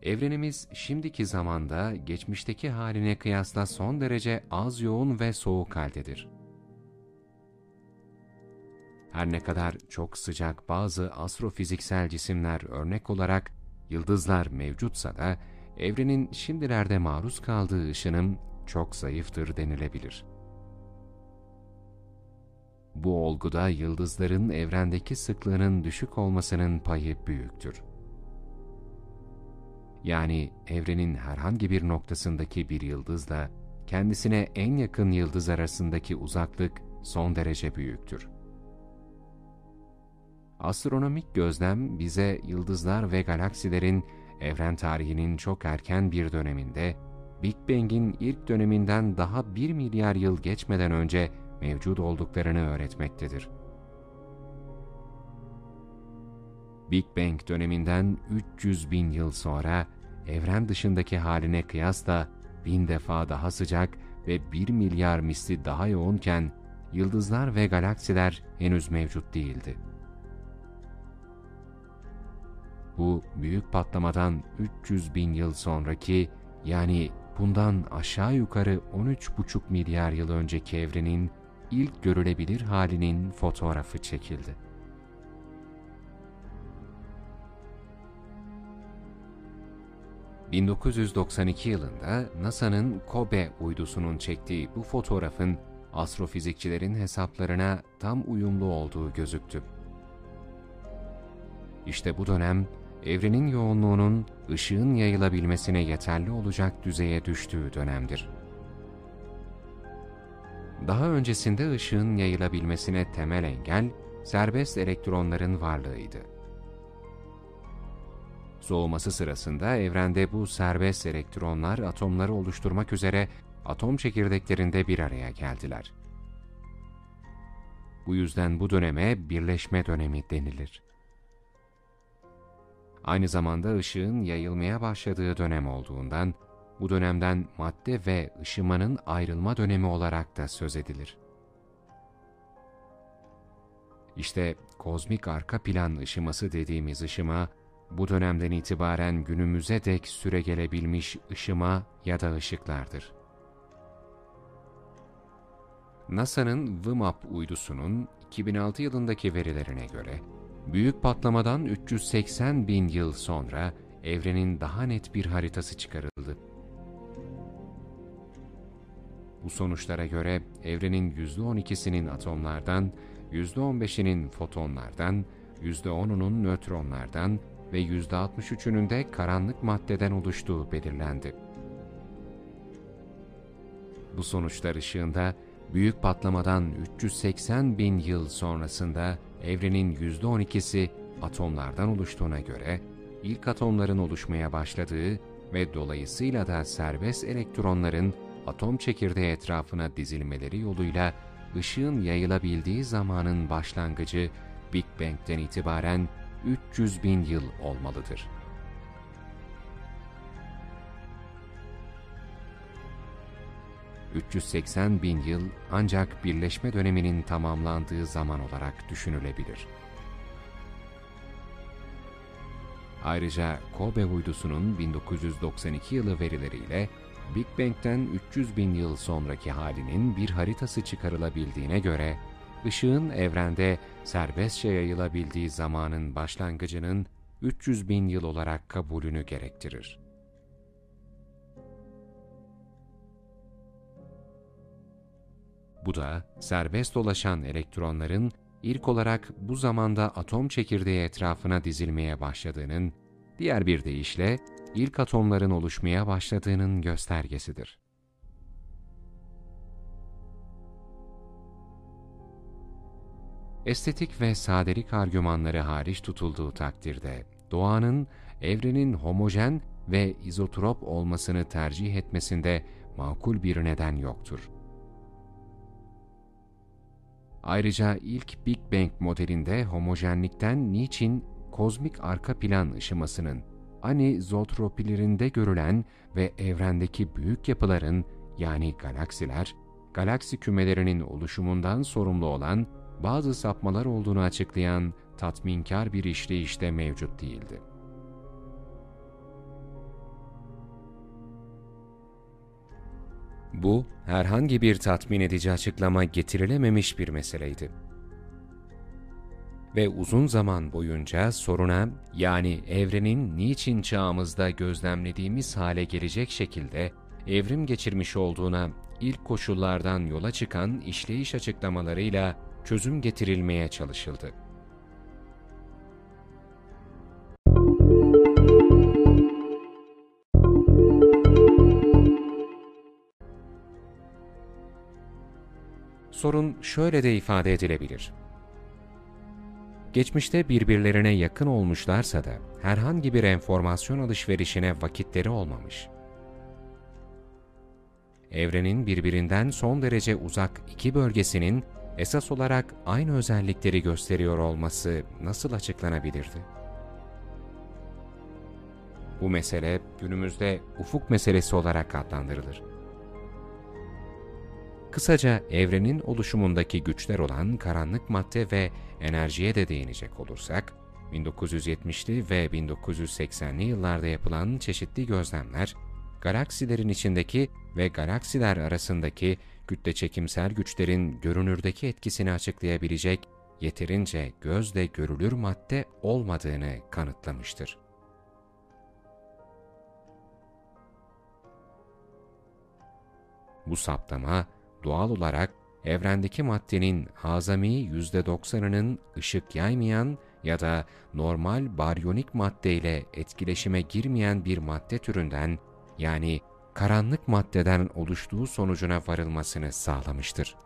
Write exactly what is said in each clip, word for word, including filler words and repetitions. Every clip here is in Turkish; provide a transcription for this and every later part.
Evrenimiz şimdiki zamanda geçmişteki haline kıyasla son derece az yoğun ve soğuk haldedir. Her ne kadar çok sıcak bazı astrofiziksel cisimler örnek olarak yıldızlar mevcutsa da, evrenin şimdilerde maruz kaldığı ışınım çok zayıftır denilebilir. Bu olguda yıldızların evrendeki sıklığının düşük olmasının payı büyüktür. Yani evrenin herhangi bir noktasındaki bir yıldızla kendisine en yakın yıldız arasındaki uzaklık son derece büyüktür. Astronomik gözlem bize yıldızlar ve galaksilerin evren tarihinin çok erken bir döneminde, Big Bang'in ilk döneminden daha bir milyar yıl geçmeden önce mevcut olduklarını öğretmektedir. Big Bang döneminden üç yüz bin yıl sonra, evren dışındaki haline kıyasla bin defa daha sıcak ve bir milyar misli daha yoğunken, yıldızlar ve galaksiler henüz mevcut değildi. Bu büyük patlamadan üç yüz bin yıl sonraki, yani bundan aşağı yukarı on üç buçuk milyar yıl önceki evrenin ilk görülebilir halinin fotoğrafı çekildi. bin dokuz yüz doksan iki yılında NASA'nın COBE uydusunun çektiği bu fotoğrafın astrofizikçilerin hesaplarına tam uyumlu olduğu gözüktü. İşte bu dönem, evrenin yoğunluğunun ışığın yayılabilmesine yeterli olacak düzeye düştüğü dönemdir. Daha öncesinde ışığın yayılabilmesine temel engel, serbest elektronların varlığıydı. Soğuması sırasında evrende bu serbest elektronlar atomları oluşturmak üzere atom çekirdeklerinde bir araya geldiler. Bu yüzden bu döneme birleşme dönemi denilir. Aynı zamanda ışığın yayılmaya başladığı dönem olduğundan, bu dönemden madde ve ışımanın ayrılma dönemi olarak da söz edilir. İşte kozmik arka plan ışıması dediğimiz ışıma, bu dönemden itibaren günümüze dek süregelebilmiş ışıma ya da ışıklardır. NASA'nın V MAP uydusunun iki bin altı yılındaki verilerine göre, büyük patlamadan üç yüz seksen bin yıl sonra evrenin daha net bir haritası çıkarıldı. Bu sonuçlara göre evrenin yüzde on ikisinin atomlardan, yüzde on beşinin fotonlardan, yüzde onunun nötronlardan ve yüzde altmış üçünün de karanlık maddeden oluştuğu belirlendi. Bu sonuçlar ışığında büyük patlamadan üç yüz seksen bin yıl sonrasında evrenin yüzde on ikisi atomlardan oluştuğuna göre, ilk atomların oluşmaya başladığı ve dolayısıyla da serbest elektronların atom çekirdeği etrafına dizilmeleri yoluyla ışığın yayılabildiği zamanın başlangıcı Big Bang'den itibaren üç yüz bin yıl olmalıdır. üç yüz seksen bin yıl ancak birleşme döneminin tamamlandığı zaman olarak düşünülebilir. Ayrıca COBE uydusunun bin dokuz yüz doksan iki yılı verileriyle Big Bang'den üç yüz bin yıl sonraki halinin bir haritası çıkarılabildiğine göre, ışığın evrende serbestçe yayılabildiği zamanın başlangıcının üç yüz bin yıl olarak kabulünü gerektirir. Bu da serbest dolaşan elektronların ilk olarak bu zamanda atom çekirdeği etrafına dizilmeye başladığının, diğer bir deyişle ilk atomların oluşmaya başladığının göstergesidir. Estetik ve sadelik argümanları hariç tutulduğu takdirde, doğanın, evrenin homojen ve izotrop olmasını tercih etmesinde makul bir neden yoktur. Ayrıca ilk Big Bang modelinde homojenlikten niçin kozmik arka plan ışımasının, anizotropilerinde görülen ve evrendeki büyük yapıların, yani galaksiler, galaksi kümelerinin oluşumundan sorumlu olan bazı sapmalar olduğunu açıklayan tatminkar bir işleyişte mevcut değildi. Bu, herhangi bir tatmin edici açıklama getirilememiş bir meseleydi. Ve uzun zaman boyunca soruna, yani evrenin niçin çağımızda gözlemlediğimiz hale gelecek şekilde evrim geçirmiş olduğuna ilk koşullardan yola çıkan işleyiş açıklamalarıyla çözüm getirilmeye çalışıldı. Sorun şöyle de ifade edilebilir. Geçmişte birbirlerine yakın olmuşlarsa da herhangi bir enformasyon alışverişine vakitleri olmamış. Evrenin birbirinden son derece uzak iki bölgesinin esas olarak aynı özellikleri gösteriyor olması nasıl açıklanabilirdi? Bu mesele günümüzde ufuk meselesi olarak adlandırılır. Kısaca evrenin oluşumundaki güçler olan karanlık madde ve enerjiye de değinecek olursak, bin dokuz yüz yetmişli ve bin dokuz yüz seksenli yıllarda yapılan çeşitli gözlemler, galaksilerin içindeki ve galaksiler arasındaki kütleçekimsel güçlerin görünürdeki etkisini açıklayabilecek yeterince gözle görülür madde olmadığını kanıtlamıştır. Bu saptama, doğal olarak evrendeki maddenin azami yüzde doksanının ışık yaymayan ya da normal baryonik maddeyle etkileşime girmeyen bir madde türünden, yani karanlık maddeden oluştuğu sonucuna varılmasını sağlamıştır.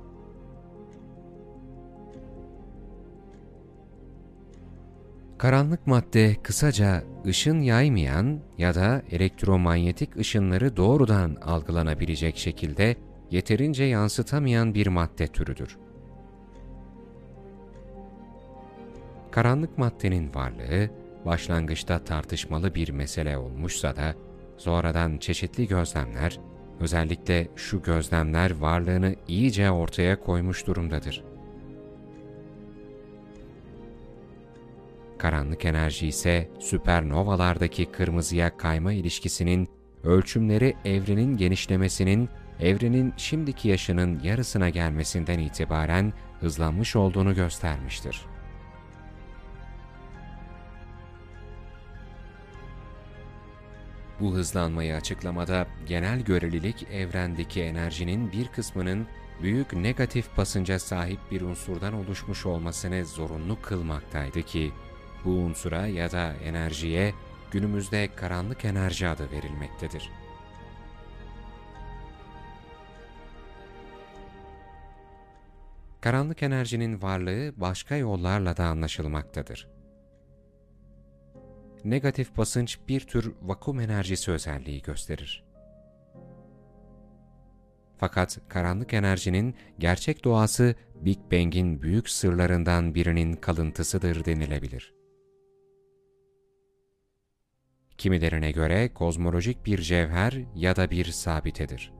Karanlık madde kısaca ışın yaymayan ya da elektromanyetik ışınları doğrudan algılanabilecek şekilde yeterince yansıtamayan bir madde türüdür. Karanlık maddenin varlığı başlangıçta tartışmalı bir mesele olmuşsa da sonradan çeşitli gözlemler, özellikle şu gözlemler varlığını iyice ortaya koymuş durumdadır. Karanlık enerji ise süpernovalardaki kırmızıya kayma ilişkisinin ölçümleri evrenin genişlemesinin evrenin şimdiki yaşının yarısına gelmesinden itibaren hızlanmış olduğunu göstermiştir. Bu hızlanmayı açıklamada genel görelilik evrendeki enerjinin bir kısmının büyük negatif basınca sahip bir unsurdan oluşmuş olmasını zorunlu kılmaktaydı ki, bu unsura ya da enerjiye günümüzde karanlık enerji adı verilmektedir. Karanlık enerjinin varlığı başka yollarla da anlaşılmaktadır. Negatif basınç bir tür vakum enerjisi özelliği gösterir. Fakat karanlık enerjinin gerçek doğası Big Bang'in büyük sırlarından birinin kalıntısıdır denilebilir. Kimilerine göre kozmolojik bir cevher ya da bir sabitedir.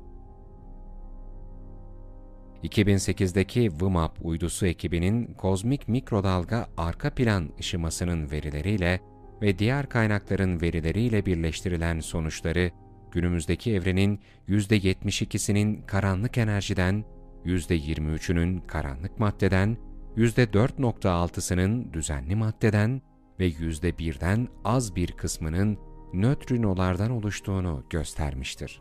iki bin sekizdeki V M A P uydusu ekibinin kozmik mikrodalga arka plan ışımasının verileriyle ve diğer kaynakların verileriyle birleştirilen sonuçları, günümüzdeki evrenin yüzde yetmiş ikisinin karanlık enerjiden, yüzde yirmi üçünün karanlık maddeden, yüzde dört nokta altısının düzenli maddeden ve yüzde birden az bir kısmının nötrinolardan oluştuğunu göstermiştir.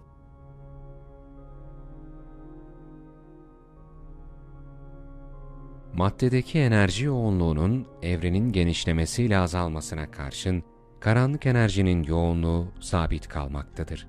Maddedeki enerji yoğunluğunun evrenin genişlemesiyle azalmasına karşın, karanlık enerjinin yoğunluğu sabit kalmaktadır.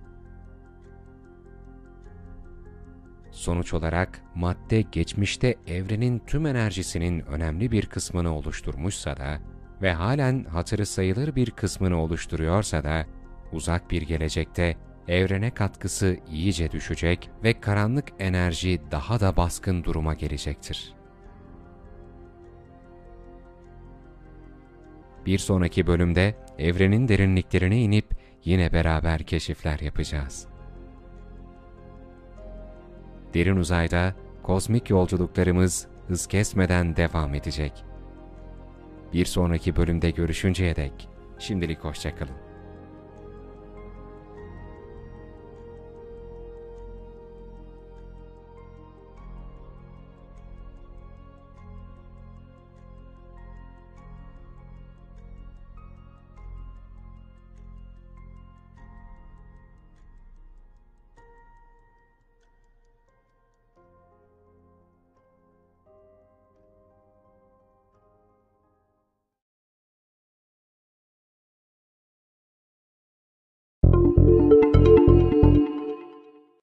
Sonuç olarak madde geçmişte evrenin tüm enerjisinin önemli bir kısmını oluşturmuşsa da ve halen hatırı sayılır bir kısmını oluşturuyorsa da, uzak bir gelecekte evrene katkısı iyice düşecek ve karanlık enerji daha da baskın duruma gelecektir. Bir sonraki bölümde evrenin derinliklerine inip yine beraber keşifler yapacağız. Derin uzayda kozmik yolculuklarımız hız kesmeden devam edecek. Bir sonraki bölümde görüşünceye dek şimdilik hoşça kalın.